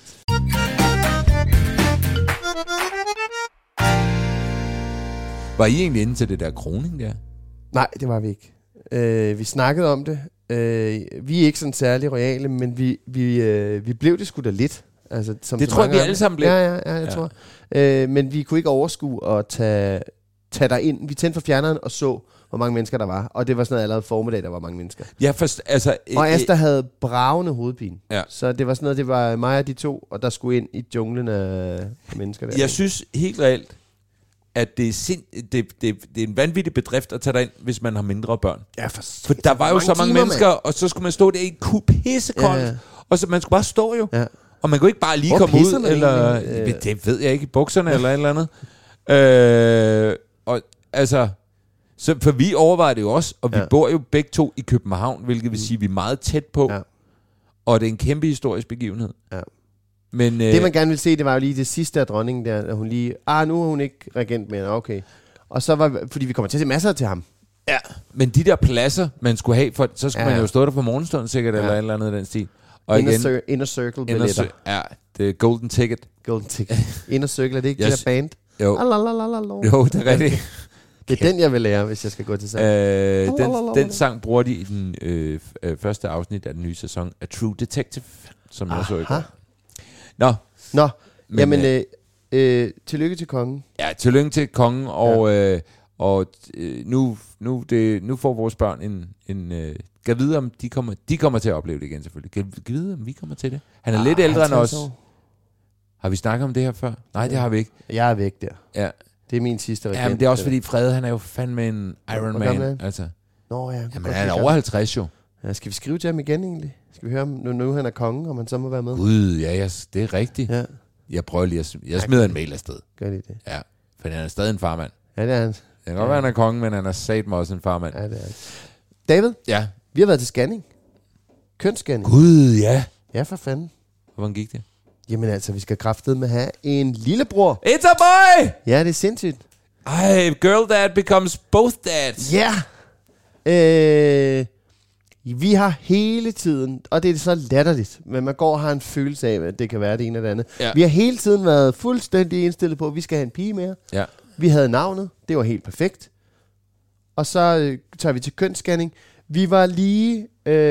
Var I egentlig inde til det der kroning der? Nej, det var vi ikke. Vi snakkede om det. Vi er ikke sådan særlig royale, men vi blev det sgu da lidt. Altså, som det tror jeg, vi alle sammen blev. Ja, jeg tror. Men vi kunne ikke overskue at tage dig ind. Vi tændte for fjerneren og så, hvor mange mennesker der var. Og det var sådan noget allerede formiddag, der var mange mennesker. Ja, og Asta havde bravende hovedpine. Ja. Så det var sådan noget, det var mig og de 2, og der skulle ind i junglen af mennesker der. Jeg synes helt reelt, at det er en vanvittig bedrift at tage dig ind, hvis man har mindre børn. Ja, for der var jo så mange mennesker, og så skulle man stå der i en pissekoldt, og så man skulle bare stå jo. Ja. Og man kunne ikke bare lige komme ud, eller det ved jeg ikke, i bukserne eller et eller andet. Og altså, så for vi overvejer det jo også, og vi bor jo begge 2 i København, hvilket vil sige, at vi er meget tæt på, og det er en kæmpe historisk begivenhed. Ja. Men, det man gerne ville se, det var jo lige det sidste af dronningen der, at hun lige, nu er hun ikke regent mere, okay. Og så var, fordi vi kommer til at se masser til ham. Ja, men de der pladser, man skulle have, for, så skulle man jo stå der på morgenstunden sikkert, eller et eller andet i den stil. Og Inner Circle billetter. Det er Golden Ticket. Golden Ticket. Inner Circle, er det ikke det der band? Jo. Jo, det er rigtigt. Det er den, jeg vil lære, hvis jeg skal gå til sang. Den sang bruger de i den første afsnit af den nye sæson af True Detective, som jeg så i går. Nå. Jamen, tillykke til kongen. Ja, tillykke til kongen, og nu får vores børn en kan vide, om de kommer til at opleve det igen, selvfølgelig. Kan vide, om vi kommer til det. Han er lidt ældre end os. Har vi snakket om det her før? Nej, det har vi ikke. Jeg er væk der. Ja. Det er min sidste regent. Ja, men det er også fordi Frede, han er jo fandme en Iron Man. Altså. Nå ja. Jamen, han er over 50 jo. Ja, skal vi skrive til ham igen egentlig? Skal vi høre, nu han er kongen, om han så må være med? Gud, det er rigtigt. Ja. Jeg prøver lige jeg smider en mail afsted. Gør det? Ja, for han er stadig en farmand. Ja, det er han. Det kan godt være, han er kongen, men han er satme også en farmand. Ja, det er han. David? Ja? Vi har været til scanning. Kønsscanning. Gud, ja. Ja, for fanden. Hvordan gik det? Jamen altså, vi skal kraftedeme have en lillebror. It's a boy! Ja, det er sindssygt. Girl dad becomes both dads. Ja. Vi har hele tiden, og det er så latterligt, men man går og har en følelse af, at det kan være det ene eller andet. Ja. Vi har hele tiden været fuldstændig indstillet på, at vi skal have en pige mere. Ja. Vi havde navnet, det var helt perfekt. Og så tager vi til kønsscanning. Vi var lige,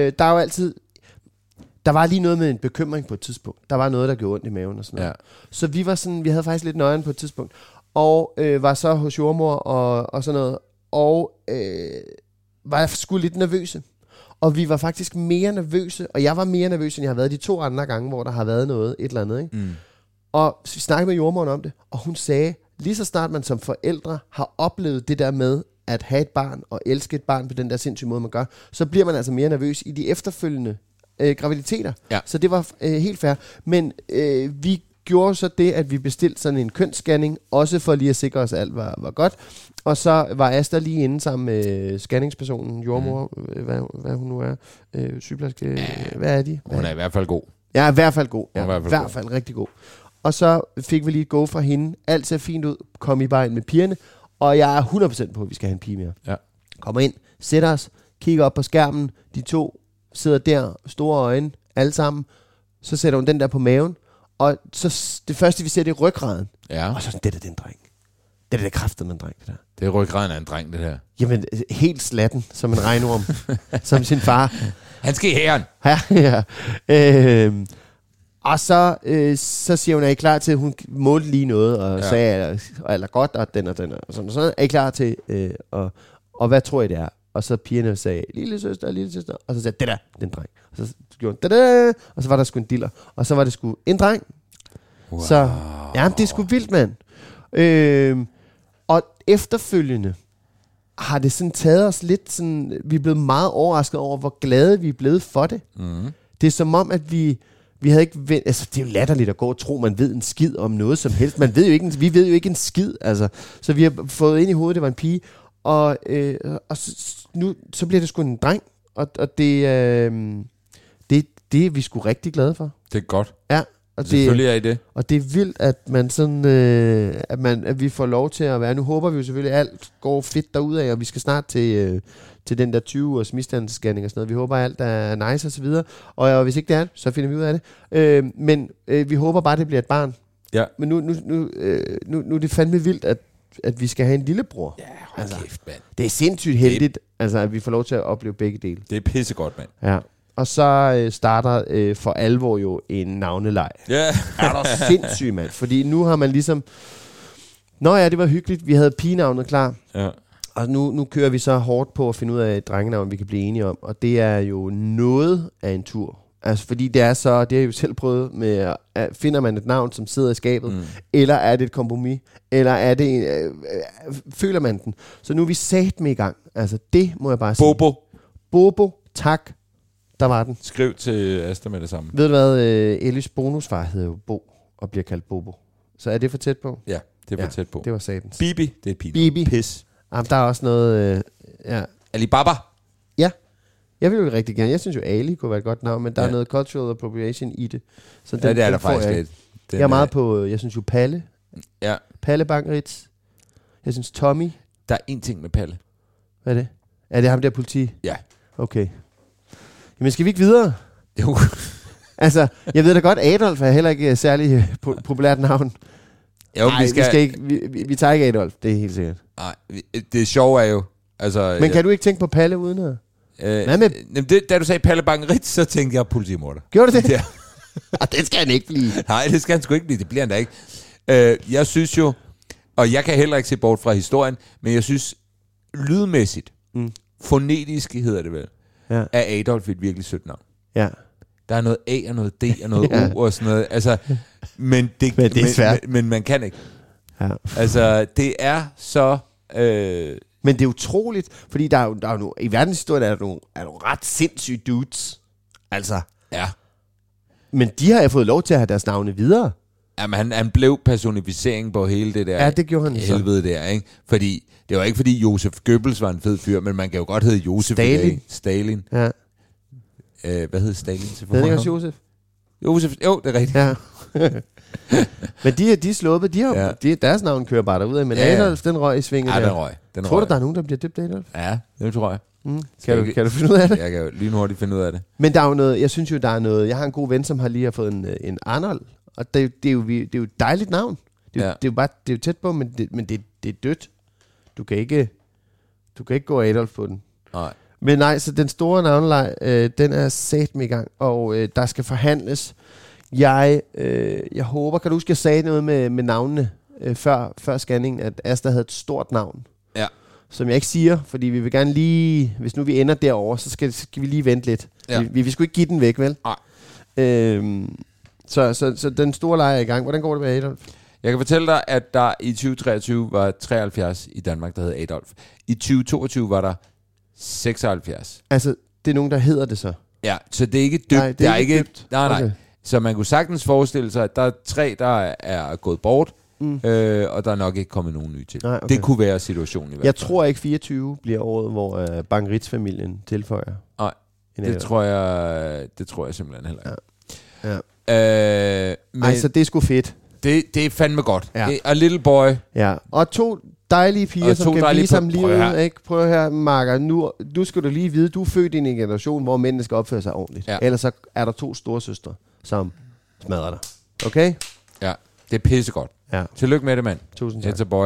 der var lige noget med en bekymring på et tidspunkt. Der var noget, der gjorde ondt i maven og sådan noget. Ja. Så vi var sådan, vi havde faktisk lidt nøjen på et tidspunkt. Og var så hos jordmor og sådan noget. Og var sgu lidt nervøse. Og vi var faktisk mere nervøse, og jeg var mere nervøs, end jeg har været de 2 andre gange, hvor der har været noget, et eller andet. Ikke? Mm. Og vi snakkede med jordmoren om det, og hun sagde, lige så snart man som forældre har oplevet det der med, at have et barn og elske et barn på den der sindssyge måde, man gør, så bliver man altså mere nervøs i de efterfølgende graviditeter. Ja. Så det var helt fair. Men vi gjorde så det, at vi bestilte sådan en kønsscanning, også for lige at sikre os, at alt var godt. Og så var Asta lige inde sammen med scanningspersonen, jordmor, hvad hun nu er, sygeplejerske, hvad er de? Hun er i hvert fald god. Ja, i hvert fald god. Ja, i hvert fald rigtig god. Og så fik vi lige et go fra hende. Alt ser fint ud. Kom I bare ind med pigerne. Og jeg er 100% på, at vi skal have en pige mere. Ja. Kommer ind, sætter os, kigger op på skærmen. De 2 sidder der, store øjne, alle sammen. Så sætter hun den der på maven. Og så det første, vi ser, det er ryggraden. Ja. Og så sådan, det er den dreng. Det er det kræftet med en dreng, det der. Det er ryggraden af en dreng, det her. Jamen, helt slatten, som en regnorm. Som sin far. Han skal i hæren. Ja. Og så siger hun, er I klar til, hun målte lige noget, og sagde, er godt, og den, og sådan. Er I klar til, og hvad tror I det er? og så pigerne sagde, lille søster, og så sagde det der, den dreng. Og så gjorde den, da, og så var der sgu en diller, og så var det sgu en dreng. Wow. Så, jamen, det er sgu vildt, mand. Og efterfølgende har det sådan taget os lidt sådan, vi er blevet meget overrasket over, hvor glade vi er blevet for det. Mm. Det er som om, at vi havde ikke altså det er jo latterligt at gå og tro, man ved en skid om noget som helst. Vi ved jo ikke en skid, altså. Så vi har fået ind i hovedet, det var en pige, og nu så bliver det sgu en dreng, og det er vi sgu rigtig glade for. Det er godt. Ja. Og selvfølgelig er I det. Og det er vildt, at man sådan, at vi får lov til at være. Nu håber vi jo selvfølgelig, at alt går fedt derudad, og vi skal snart til den der 20 ugers misdannelsesscanning og sådan noget. Vi håber, at alt er nice og så videre. Og hvis ikke det er, så finder vi ud af det. Men vi håber bare, at det bliver et barn. Ja. Men nu er det fandme vildt, at vi skal have en lillebror. Ja, hold kæft, mand. Det er sindssygt heldigt, altså, at vi får lov til at opleve begge dele. Det er pissegodt, mand. Ja. Og så starter for alvor jo en navneleg. Ja. Yeah. Er der sindssygt, mand. Fordi nu har man ligesom... Nå ja, det var hyggeligt. Vi havde pigenavnet klar. Ja. Og nu kører vi så hårdt på at finde ud af et drengenavn, vi kan blive enige om. Og det er jo noget af en tur. Altså, fordi det er så... Det har jeg jo selv prøvet med... Finder man et navn, som sidder i skabet? Eller er det et kompromis? Eller er det... føler man den? Så nu er vi sat med i gang. Altså, det må jeg bare sige. Bobo, tak. Der var den. Skriv til Asta med det samme. Ved du hvad? Ellis bonusfar hedder jo Bo, og bliver kaldt Bobo. Så er det for tæt på? Ja, det er for tæt på. Det var satans. Bibi, det er Pino. Bibi. Pis. Jamen, der er også noget... Alibaba. Ja. Jeg vil jo rigtig gerne. Jeg synes jo, Ali kunne være et godt navn, men der er noget cultural appropriation i det. Så det er der faktisk lidt. Jeg er meget på... Jeg synes jo Palle. Ja. Palle Bang-Ritz. Jeg synes Tommy. Der er en ting med Palle. Hvad er det? Er det ham der politi? Ja. Okay. Jamen, skal vi ikke videre? Jo. Altså, jeg ved da godt, Adolf er heller ikke særlig populært navn. Jo, vi skal ikke, vi tager ikke Adolf, det er helt sikkert. Nej, det sjove er jo... Altså, men kan du ikke tænke på Palle uden her? Hvad med... Da du sagde Palle Bang-Ritz, så tænkte jeg politimorder. Gjorde du det? Ja. Det skal han ikke blive. Nej, det skal han sgu ikke blive. Det bliver han da ikke. Jeg synes jo... Og jeg kan heller ikke se bort fra historien, men jeg synes lydmæssigt, fonetisk hedder det vel, er Adolf et virkelig sødt navn. Ja. Der er noget A og noget D og noget U og sådan noget. Altså, men det er svært. Men man kan ikke. Ja. Altså, det er så... Men det er utroligt, fordi der er jo i verdenshistorien er der nogle ret sindssyge dudes. Altså. Ja. Men de har fået lov til at have deres navne videre. Jamen, han blev personificering på hele det der. Ja, det gjorde han helvede der, ikke? Fordi det var ikke fordi Josef Goebbels var en fed fyr, men man kan jo godt hedde Josef. Stalin. Ja. Hvad hed Stalin til forhånd? Det er Josef. Josef, jo, det er rigtigt. Ja. Men de er sluppet, deres navn kører bare derudad, men Adolf, den røg i svinget. Ja, den røg. Tror du, der er nogen, der bliver døbt Adolf? Ja, det tror jeg. Kan du finde ud af det? Jeg kan jo lige hurtigt finde ud af det. Men der er jo noget, jeg synes jo, der er noget, jeg har en god ven, som har lige fået en Arnold, og det er jo et dejligt navn. Det er jo tæt på, men det er dødt. Du kan ikke gå Adolf på den. Nej. Men nej, så den store navneleg, den er sat med i gang, og der skal forhandles. Jeg håber, kan du huske, jeg sagde noget med navnene før scanningen, at Asta havde et stort navn. Ja. Som jeg ikke siger, fordi vi vil gerne lige, hvis nu vi ender derovre, så skal vi lige vente lidt. Ja. Vi skulle ikke give den væk, vel? Nej. Så den store leg er i gang. Hvordan går det med Adolf? Jeg kan fortælle dig, at der i 2023 var 73 i Danmark, der hed Adolf. I 2022 var der 76. Altså, det er nogen, der hedder det så? Ja, så det er ikke dybt. Nej, det er ikke dybt. Nej. Okay. Så man kunne sagtens forestille sig, at der er 3, der er gået bort, og der er nok ikke kommet nogen nye til. Nej, okay. Det kunne være situationen i hvert fald. Jeg tror ikke 24 bliver året, hvor Bang-Ritz-familien tilføjer. Nej, det tror jeg simpelthen heller ikke. Ja. Men så det er sgu fedt. Det er fandme godt. Ja. A little boy. Ja, og 2 dejlige piger, som kan vise ham livet. Ikke? Prøv her, Marker. Nu skal du lige vide, du er født i en generation, hvor mændene skal opføre sig ordentligt. Ja. Ellers så er der 2 storesøstre, som smadrer dig. Okay? Ja, det er pissegodt. Ja. Tillykke med det, mand. Tusind tak. It's a boy.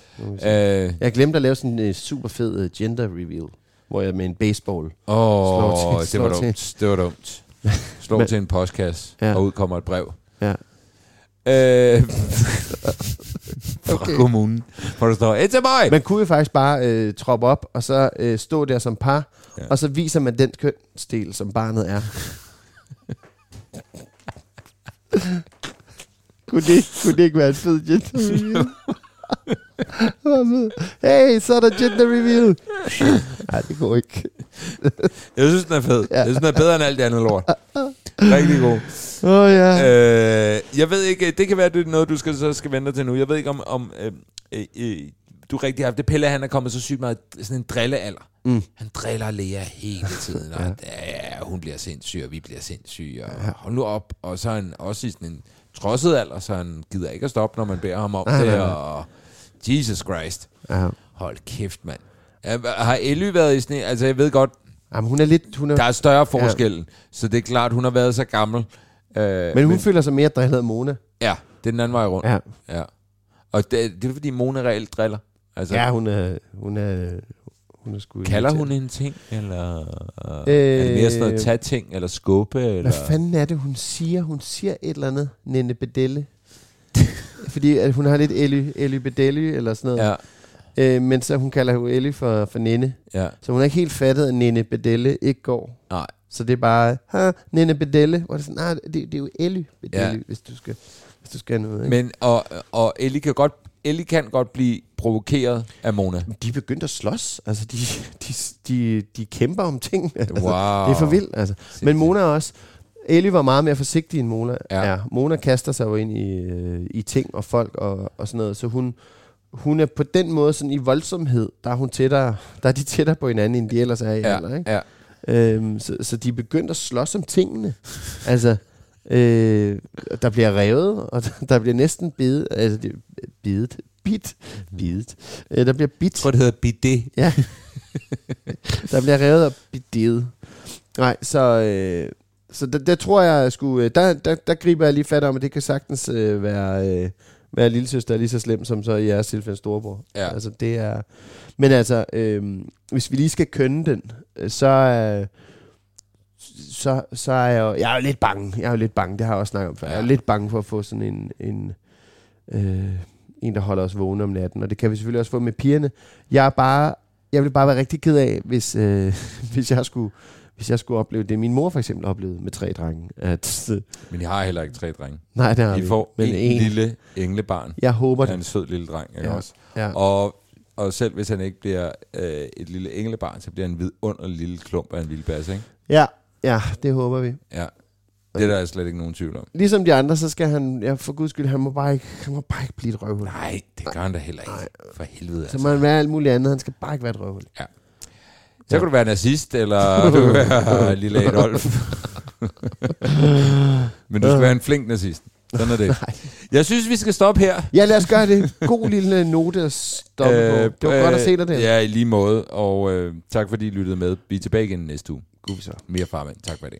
Jeg glemte at lave sådan en super fed gender reveal, hvor jeg med en baseball det var dumt. Slå til en postkasse, og ud kommer et brev. Ja. fra kommunen, hvor der står, it's a boy! Man kunne jo faktisk bare troppe op, og så stå der som par, og så viser man den kønsdel, som barnet er. Kunne det ikke være en fed gender reveal? Hey, så er der gender reveal. Nej, det går ikke. Jeg synes, den er fed. Jeg synes, den er bedre end alt det andet lort. Rigtig god. Jeg ved ikke, det kan være, det er noget, du skal vente til nu. Jeg ved ikke, om du rigtig har haft det. Pelle, han er kommet så sygt meget sådan en drillealder. Han driller Lea hele tiden. Og hun bliver sindssyg, og vi bliver sindssyge. Og hold nu op. Og så er han også i sådan en trodset alder, så han gider ikke at stoppe, når man beder ham om det. Og Jesus Christ. Hold kæft, mand. Har Elly været i sådan en, altså jeg ved godt, jamen, hun er lidt... der er større forskel, så det er klart, hun har været så gammel. Men hun føler sig mere drillet af Mona. Ja, det er den anden vej rundt. Ja. Og det er fordi Mona reelt driller. Altså, ja, hun er sgu... Kalder hun en ting, eller er det mere sådan noget tage ting, eller skubbe? Eller? Hvad fanden er det, hun siger? Hun siger et eller andet, Nenne Bedelle. Fordi at hun har lidt Elly Bedelle, eller sådan noget. Ja. Men så hun kalder jo Elly for Nenne. Ja. Så hun har ikke helt fattet, at Nenne Bedelle ikke går. Nej. Så det er bare, Nenne Bedelle. Hvor det er sådan, det er jo Elly Bedelle, hvis du skal noget. Ikke? Men, og Elly kan godt blive provokeret af Mona. De er begyndt at slås. Altså, de kæmper om ting. Wow. Altså, det er for vildt. Altså. Men Mona også. Elly var meget mere forsigtig end Mona. Ja. Mona kaster sig jo ind i ting og folk og sådan noget. Så hun er på den måde sådan i voldsomhed, der er de tættere på hinanden, end de ellers er i alder, ikke? Ja. Så de er begyndt at slås om tingene. Altså, der bliver revet, og der bliver næsten bidet. Altså, bidet. Der bliver bit. Jeg tror, det hedder bidet. Ja. Der bliver revet og bidet. Nej, så der tror jeg skulle... Der griber jeg lige fat om, at det kan sagtens være lillesøster lige så slem som så i jeres tilfælde storebror. Ja. Altså det er... Men altså, hvis vi lige skal kønne den, så er jeg er jo lidt bange. Det har jeg også snakket om før. Jeg er lidt bange for at få sådan en der holder os vågne om natten. Og det kan vi selvfølgelig også få med pigerne. Jeg ville bare være rigtig ked af, hvis jeg skulle opleve det, min mor for eksempel oplevede med 3 drenge. Men I har heller ikke 3 drenge. Nej, det har vi. I får en lille englebarn. Jeg håber det. Han er en sød lille dreng, ikke også? Ja. Og selv hvis han ikke bliver et lille englebarn, så bliver han en vidunderlig lille klump af en vildbærs, ikke? Ja, det håber vi. Ja. Det der er slet ikke nogen tvivl om. Ligesom de andre, så skal han, for guds skyld, han må bare ikke blive et røvhul. Nej, det gør han da heller ikke. Nej. For helvede. Så må han være alt muligt andet. Han skal bare ikke være et røvhul. Ja. Så kan du være nazist, eller du kan være lille Adolf. Men du skal være en flink nazist. Sådan er det. Jeg synes, vi skal stoppe her. Ja, lad os gøre det. God lille note at stoppe på. Det var godt at se dig der. Ja, i lige måde. Og tak fordi I lyttede med. Vi er tilbage igen næste uge. God så. Mere farvand. Tak for det.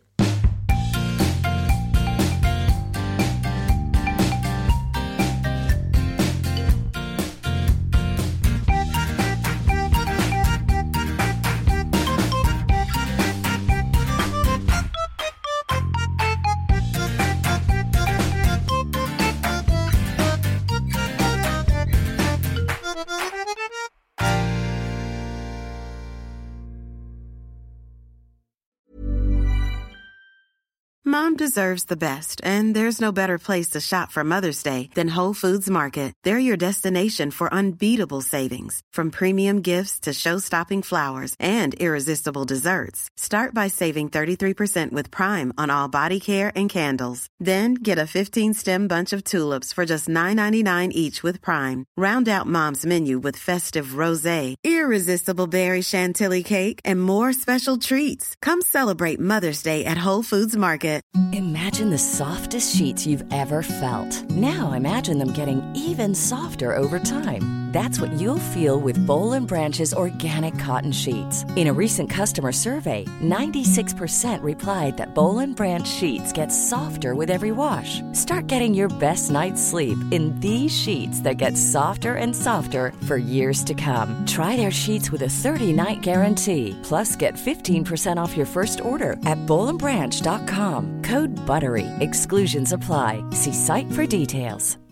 Mom deserves the best, and there's no better place to shop for Mother's Day than Whole Foods Market. They're your destination for unbeatable savings, from premium gifts to show-stopping flowers and irresistible desserts. Start by saving 33% with Prime on all body care and candles. Then get a 15-stem bunch of tulips for just $9.99 each with Prime. Round out Mom's menu with festive rosé, irresistible berry chantilly cake, and more special treats. Come celebrate Mother's Day at Whole Foods Market. Imagine the softest sheets you've ever felt. Now imagine them getting even softer over time. That's what you'll feel with Boll & Branch's organic cotton sheets. In a recent customer survey, 96% replied that Boll & Branch sheets get softer with every wash. Start getting your best night's sleep in these sheets that get softer and softer for years to come. Try their sheets with a 30-night guarantee. Plus, get 15% off your first order at bollandbranch.com. Code BUTTERY. Exclusions apply. See site for details.